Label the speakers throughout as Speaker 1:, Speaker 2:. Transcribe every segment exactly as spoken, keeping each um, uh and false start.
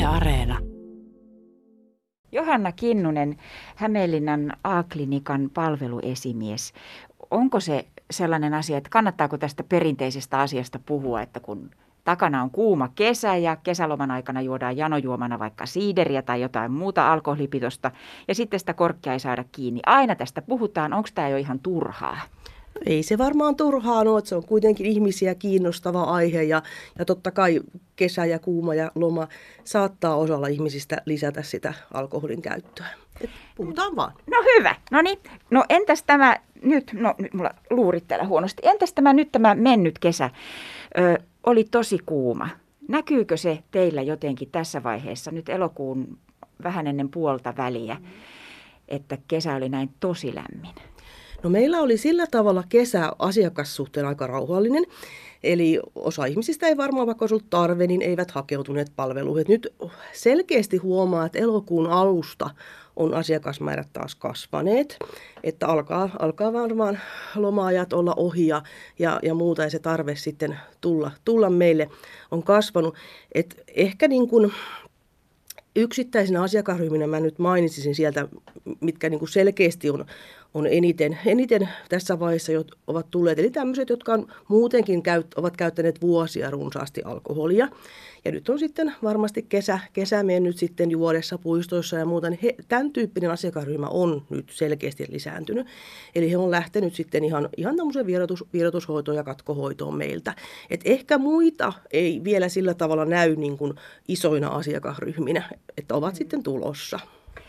Speaker 1: Areena.
Speaker 2: Johanna Kinnunen, Hämeenlinnan A-klinikan palveluesimies. Onko se sellainen asia, että kannattaako tästä perinteisestä asiasta puhua, että kun takana on kuuma kesä ja kesäloman aikana juodaan janojuomana vaikka siideriä tai jotain muuta alkoholipitoista ja sitten sitä korkkia ei saada kiinni. Aina tästä puhutaan, onko tämä jo ihan turhaa?
Speaker 3: Ei se varmaan turhaa ole, että se on kuitenkin ihmisiä kiinnostava aihe ja, ja totta kai kesä ja kuuma ja loma saattaa osalla ihmisistä lisätä sitä alkoholin käyttöä. Et puhutaan vaan.
Speaker 2: No hyvä, no niin. No entäs tämä nyt, no nyt mulla luurit täällä huonosti, entäs tämä nyt tämä mennyt kesä ö, oli tosi kuuma. Näkyykö se teillä jotenkin tässä vaiheessa nyt elokuun vähän ennen puolta väliä, että kesä oli näin tosi lämmin?
Speaker 3: No meillä oli sillä tavalla kesä asiakassuhteen aika rauhallinen, eli osa ihmisistä ei varmaan, vaikka olisi ollut tarve, niin eivät hakeutuneet palveluihin. Nyt selkeästi huomaa, että elokuun alusta on asiakasmäärät taas kasvaneet, että alkaa, alkaa varmaan loma-ajat olla ohi ja, ja, ja muuta, ja se tarve sitten tulla, tulla meille on kasvanut. Et ehkä niin kuin yksittäisinä asiakasryhminä mä nyt mainitsisin sieltä, mitkä niin kuin selkeästi on, on eniten, eniten tässä vaiheessa jo ovat tulleet. Eli tämmöiset, jotka on muutenkin käyt, ovat käyttäneet vuosia runsaasti alkoholia. Ja nyt on sitten varmasti kesä, kesä mennyt sitten juodessa puistoissa ja muuta. Niin he, tämän tyyppinen asiakasryhmä on nyt selkeästi lisääntynyt. Eli he on lähtenyt sitten ihan, ihan tämmöiseen vierotus, vierotushoitoon ja katkohoitoon meiltä. Et ehkä muita ei vielä sillä tavalla näy niin kuin isoina asiakasryhminä, että ovat sitten tulossa.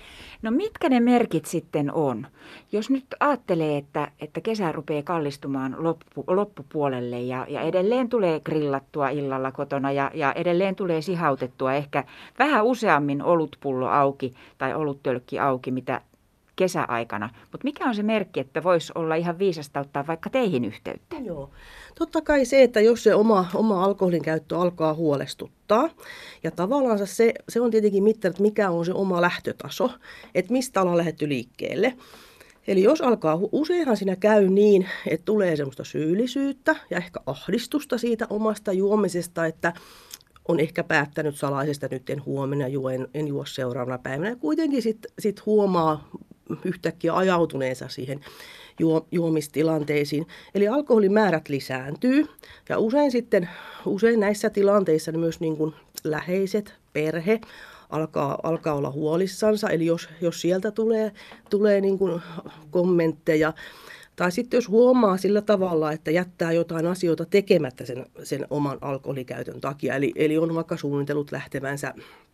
Speaker 2: No mitkä ne merkit sitten on? Jos nyt ajattelee, että, että kesä rupeaa kallistumaan loppu, loppupuolelle ja, ja edelleen tulee grillattua illalla kotona ja, ja edelleen tulee sihautettua ehkä vähän useammin olutpullo auki tai oluttölkki auki, mitä kesäaikana. Mutta mikä on se merkki, että voisi olla ihan viisasta ottaa vaikka teihin yhteyttä?
Speaker 3: Joo. Totta kai se, että jos se oma, oma alkoholin käyttö alkaa huolestuttaa, ja tavallaan se, se on tietenkin mittari, että mikä on se oma lähtötaso, että mistä ollaan lähdetty liikkeelle. Eli jos alkaa, useinhan siinä käy niin, että tulee semmoista syyllisyyttä ja ehkä ahdistusta siitä omasta juomisesta, että on ehkä päättänyt salaisesta, että nyt en huomenna juo, en, en juo seuraavana päivänä. Ja kuitenkin sitten sit huomaa yhtäkkiä ajautuneensa siihen juo, juomistilanteisiin. Eli alkoholin määrät lisääntyy ja usein sitten usein näissä tilanteissa myös niin kuin läheiset, perhe alkaa, alkaa olla huolissansa. Eli jos, jos sieltä tulee, tulee niin kuin kommentteja, tai sitten jos huomaa sillä tavalla, että jättää jotain asioita tekemättä sen, sen oman alkoholikäytön takia, eli, eli on vaikka suunnitellut lähtevänsä,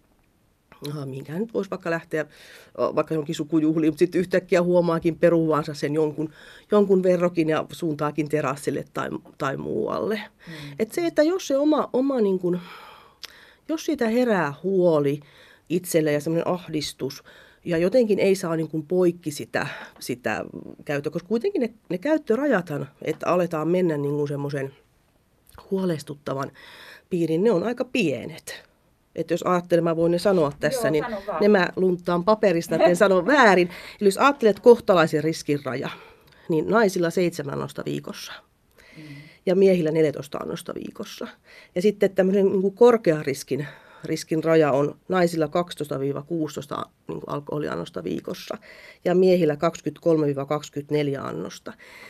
Speaker 3: aha, mihinkään nyt voisi vaikka lähteä vaikka jonkin sukujuhliin, mutta sitten yhtäkkiä huomaakin peruvansa sen jonkun, jonkun verrokin ja suuntaakin terassille tai, tai muualle. Mm. Et se, että jos se oma, oma niin kun, jos siitä herää huoli itselle ja semmoinen ahdistus, ja jotenkin ei saa niin kuin poikki sitä, sitä käyttöä, koska kuitenkin ne, ne käyttörajathan, että aletaan mennä niin kuin semmoisen huolestuttavan piirin, ne on aika pienet. Että jos ajattelen, mä voin ne sanoa tässä, Joo, niin ne mä lunttaan paperista, että en sano väärin. Eli jos ajattelet kohtalaisen riskin raja, niin naisilla seitsemän annosta viikossa mm. ja miehillä neljätoista annosta viikossa. Ja sitten tämmöinen niin kuin korkean riskin Riskin raja on naisilla kaksitoista kuusitoista niin kuin alkoholiannosta viikossa ja miehillä kaksikymmentäkolme kaksikymmentäneljä annosta.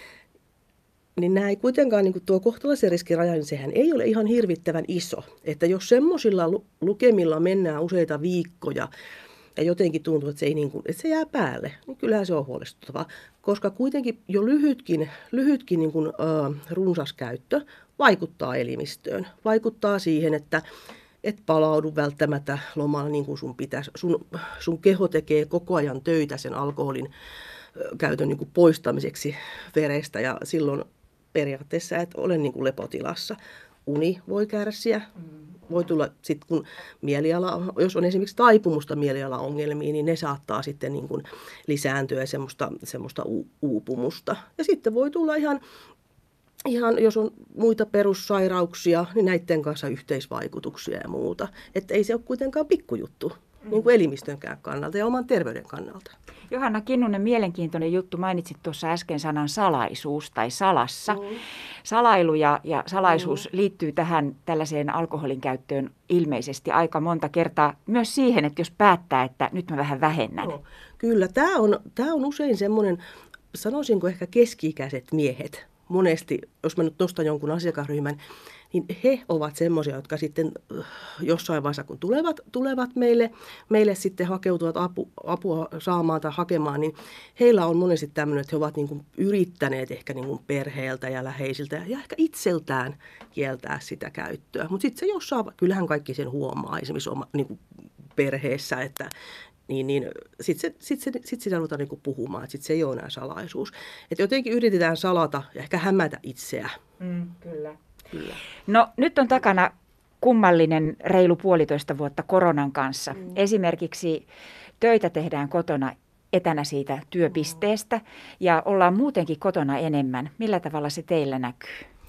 Speaker 3: Niin nämä ei kuitenkaan, niin kuin tuo kohtalaisen riskin raja, niin sehän ei ole ihan hirvittävän iso. Että jos semmoisilla lukemilla mennään useita viikkoja ja jotenkin tuntuu, että se, ei niin kuin, että se jää päälle, niin kyllähän se on huolestuttavaa. Koska kuitenkin jo lyhytkin, lyhytkin niin kuin, äh, runsas käyttö vaikuttaa elimistöön. Vaikuttaa siihen, että et palaudu välttämättä lomalla niin kuin sun pitäisi. Sun, sun keho tekee koko ajan töitä sen alkoholin käytön niin kuin poistamiseksi verestä ja silloin periaatteessa et ole niin kuin lepotilassa. Uni voi kärsiä, voi tulla sitten kun mieliala, jos on esimerkiksi taipumusta mielialaongelmiin, niin ne saattaa sitten niin kuin lisääntyä ja semmoista, semmoista uupumusta. Ja sitten voi tulla ihan Ihan jos on muita perussairauksia, niin näiden kanssa yhteisvaikutuksia ja muuta. Että ei se ole kuitenkaan pikkujuttu. mm. niin kuin elimistönkään kannalta ja oman terveyden kannalta.
Speaker 2: Johanna Kinnunen, mielenkiintoinen juttu. Mainitsit tuossa äsken sanan salaisuus tai salassa. Mm. Salailu ja, ja salaisuus mm. liittyy tähän tällaiseen alkoholin käyttöön ilmeisesti aika monta kertaa. Myös siihen, että jos päättää, että nyt mä vähän vähennän.
Speaker 3: No, kyllä, tämä on, tämä on usein semmoinen, sanoisinko ehkä keski-ikäiset miehet. Monesti, jos mä nyt nostan jonkun asiakasryhmän, niin he ovat semmoisia, jotka sitten jossain vaiheessa, kun tulevat, tulevat meille, meille sitten hakeutuvat apu, apua saamaan tai hakemaan, niin heillä on monesti tämmöinen, että he ovat niin kuin yrittäneet ehkä niin kuin perheeltä ja läheisiltä ja ehkä itseltään kieltää sitä käyttöä. Mutta sitten se jossain, kyllähän kaikki sen huomaa esimerkiksi oma, niin kuin perheessä, että niin, niin sitten se, sit se, sit sitä ruvetaan niinku puhumaan, että sitten se ei ole enää salaisuus. Että jotenkin yritetään salata ja ehkä hämätä itseä.
Speaker 2: Mm, kyllä. kyllä. No nyt on takana kummallinen reilu puolitoista vuotta koronan kanssa. Mm. Esimerkiksi töitä tehdään kotona etänä siitä työpisteestä ja ollaan muutenkin kotona enemmän. Millä tavalla se teillä näkyy?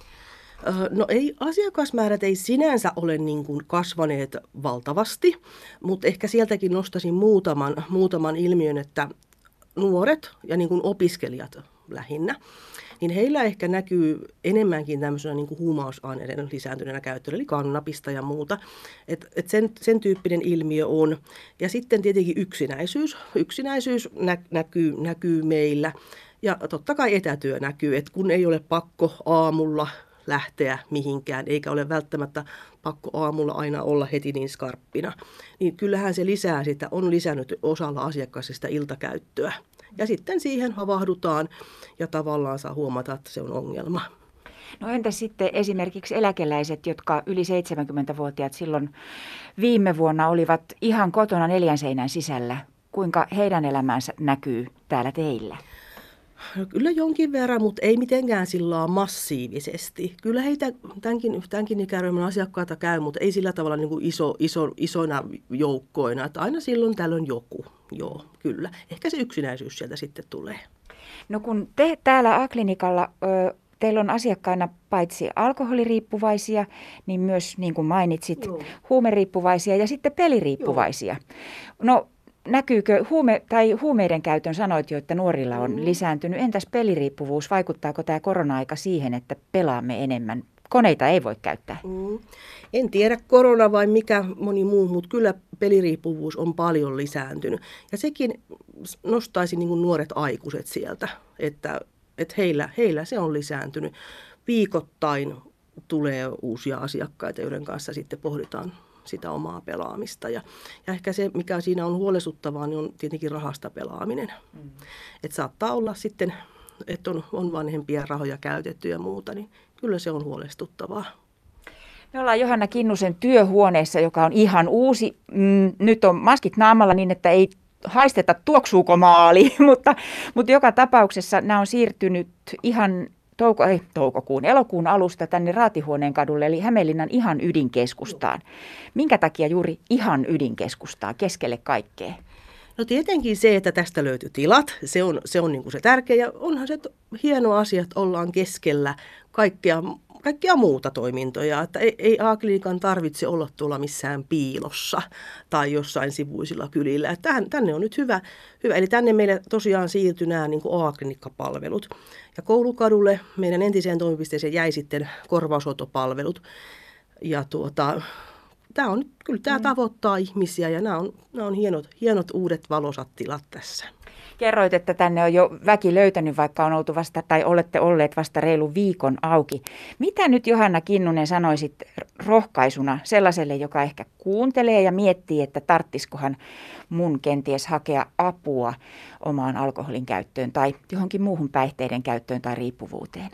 Speaker 3: No ei, asiakasmäärät ei sinänsä ole niin kuin kasvaneet valtavasti, mutta ehkä sieltäkin nostaisin muutaman, muutaman ilmiön, että nuoret ja niin kuin opiskelijat lähinnä, niin heillä ehkä näkyy enemmänkin tämmöisenä niin kuin huumausaineiden lisääntyneenä käyttöön, eli kannabista ja muuta. Et, et sen, sen tyyppinen ilmiö on. Ja sitten tietenkin yksinäisyys. Yksinäisyys nä, näkyy, näkyy meillä ja totta kai etätyö näkyy, että kun ei ole pakko aamulla lähteä mihinkään, eikä ole välttämättä pakko aamulla aina olla heti niin skarppina, niin kyllähän se lisää sitä, on lisännyt osalla asiakkaista iltakäyttöä. Ja sitten siihen havahdutaan ja tavallaan saa huomata, että se on ongelma.
Speaker 2: No entä sitten esimerkiksi eläkeläiset, jotka yli seitsemänkymmentävuotiaat silloin viime vuonna olivat ihan kotona neljän seinän sisällä. Kuinka heidän elämänsä näkyy täällä teillä?
Speaker 3: No kyllä jonkin verran, mutta ei mitenkään sillä massiivisesti. Kyllä heitä tämänkin, tämänkin ikäryhmän asiakkaita käy, mutta ei sillä tavalla niin kuin iso, iso, isoina joukkoina. Että aina silloin tällöin joku, joo, kyllä. Ehkä se yksinäisyys sieltä sitten tulee.
Speaker 2: No kun te täällä A-klinikalla, ö, teillä on asiakkaina paitsi alkoholiriippuvaisia, niin myös niin kuin mainitsit, joo, huumeriippuvaisia ja sitten peliriippuvaisia. Joo. No näkyykö huume, tai huumeiden käytön, sanoit jo, että nuorilla on mm. lisääntynyt. Entäs peliriippuvuus, vaikuttaako tämä korona-aika siihen, että pelaamme enemmän? Koneita ei voi käyttää.
Speaker 3: Mm. En tiedä korona vai mikä moni muu, mutta kyllä peliriippuvuus on paljon lisääntynyt. Ja sekin nostaisi niin kuin nuoret aikuiset sieltä, että, että heillä, heillä se on lisääntynyt. Viikoittain tulee uusia asiakkaita, joiden kanssa sitten pohditaan sitä omaa pelaamista. Ja, ja ehkä se, mikä siinä on huolestuttavaa, niin on tietenkin rahasta pelaaminen. Mm. Että saattaa olla sitten, että on, on vanhempia rahoja käytetty ja muuta, niin kyllä se on huolestuttavaa.
Speaker 2: Me ollaan Johanna Kinnusen työhuoneessa, joka on ihan uusi. Mm, nyt on maskit naamalla niin, että ei haisteta tuoksuuko maali, mutta, mutta joka tapauksessa nämä on siirtynyt ihan Touko, ei, toukokuun, elokuun alusta tänne Raatihuoneen kadulle, eli Hämeenlinnan ihan ydinkeskustaan. Minkä takia juuri ihan ydinkeskustaan, keskelle kaikkea?
Speaker 3: No tietenkin se, että tästä löytyy tilat, se on se, on niin kuin se tärkeä, ja onhan se hieno asia, että ollaan keskellä kaikkea, kaikkea muuta toimintoja. Että ei, ei A-klinikan tarvitse olla tuolla missään piilossa tai jossain sivuisilla kylillä. Että tähän, tänne on nyt hyvä, hyvä. Eli tänne meille tosiaan siirtyi nämä niin kuin A-klinikkapalvelut. Ja Koulukadulle meidän entiseen toimipisteeseen jäi sitten korvaushoitopalvelut. Ja tuota, tämä on, kyllä tämä tavoittaa ihmisiä ja nämä on, nämä on hienot, hienot uudet valosat tilat tässä.
Speaker 2: Kerroit, että tänne on jo väki löytänyt, vaikka on oltu vasta, tai olette olleet vasta reilu viikon auki. Mitä nyt Johanna Kinnunen sanoisit rohkaisuna sellaiselle, joka ehkä kuuntelee ja miettii, että tarttiskohan mun kenties hakea apua omaan alkoholin käyttöön tai johonkin muuhun päihteiden käyttöön tai riippuvuuteen?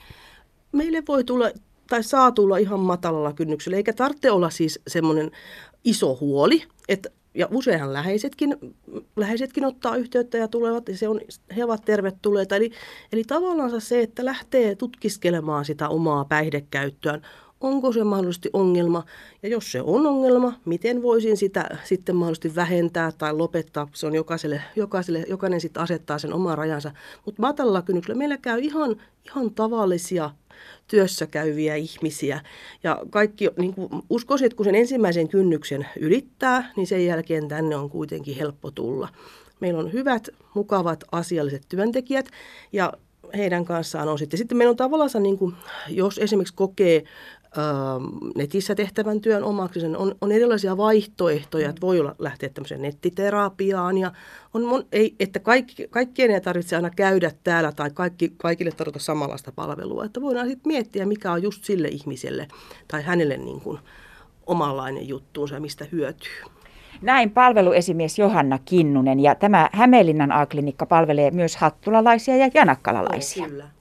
Speaker 3: Meille voi tulla tai saa tulla ihan matalalla kynnyksellä, eikä tarvitse olla siis semmoinen iso huoli, että ja useinhan läheisetkin, läheisetkin ottaa yhteyttä ja tulevat, ja se on, he ovat tervetulleita. Eli, eli tavallaan se, että lähtee tutkiskelemaan sitä omaa päihdekäyttöään, onko se mahdollisesti ongelma, ja jos se on ongelma, miten voisin sitä sitten mahdollisesti vähentää tai lopettaa. Se on jokaiselle, jokaiselle jokainen sitten asettaa sen oman rajansa, mutta matalalla kynnyksellä meillä käy ihan, ihan tavallisia työssä käyviä ihmisiä. Ja kaikki, niin kuin uskoisin, että kun sen ensimmäisen kynnyksen ylittää, niin sen jälkeen tänne on kuitenkin helppo tulla. Meillä on hyvät, mukavat, asialliset työntekijät ja heidän kanssaan on sitten. Sitten meillä on tavallaan, niin kuin, jos esimerkiksi kokee ä, netissä tehtävän työn omaksi, sen on, on erilaisia vaihtoehtoja, että voi olla lähteä tämmöiseen nettiterapiaan ja on, ei, että kaikki, kaikkien ei tarvitse aina käydä täällä tai kaikki, kaikille tarjota samanlaista palvelua, että voidaan sitten miettiä, mikä on just sille ihmiselle tai hänelle niin kuin omanlainen juttuunsa ja mistä hyötyy.
Speaker 2: Näin palveluesimies Johanna Kinnunen, ja tämä Hämeenlinnan A-klinikka palvelee myös hattulalaisia ja janakkalalaisia.
Speaker 3: Kyllä.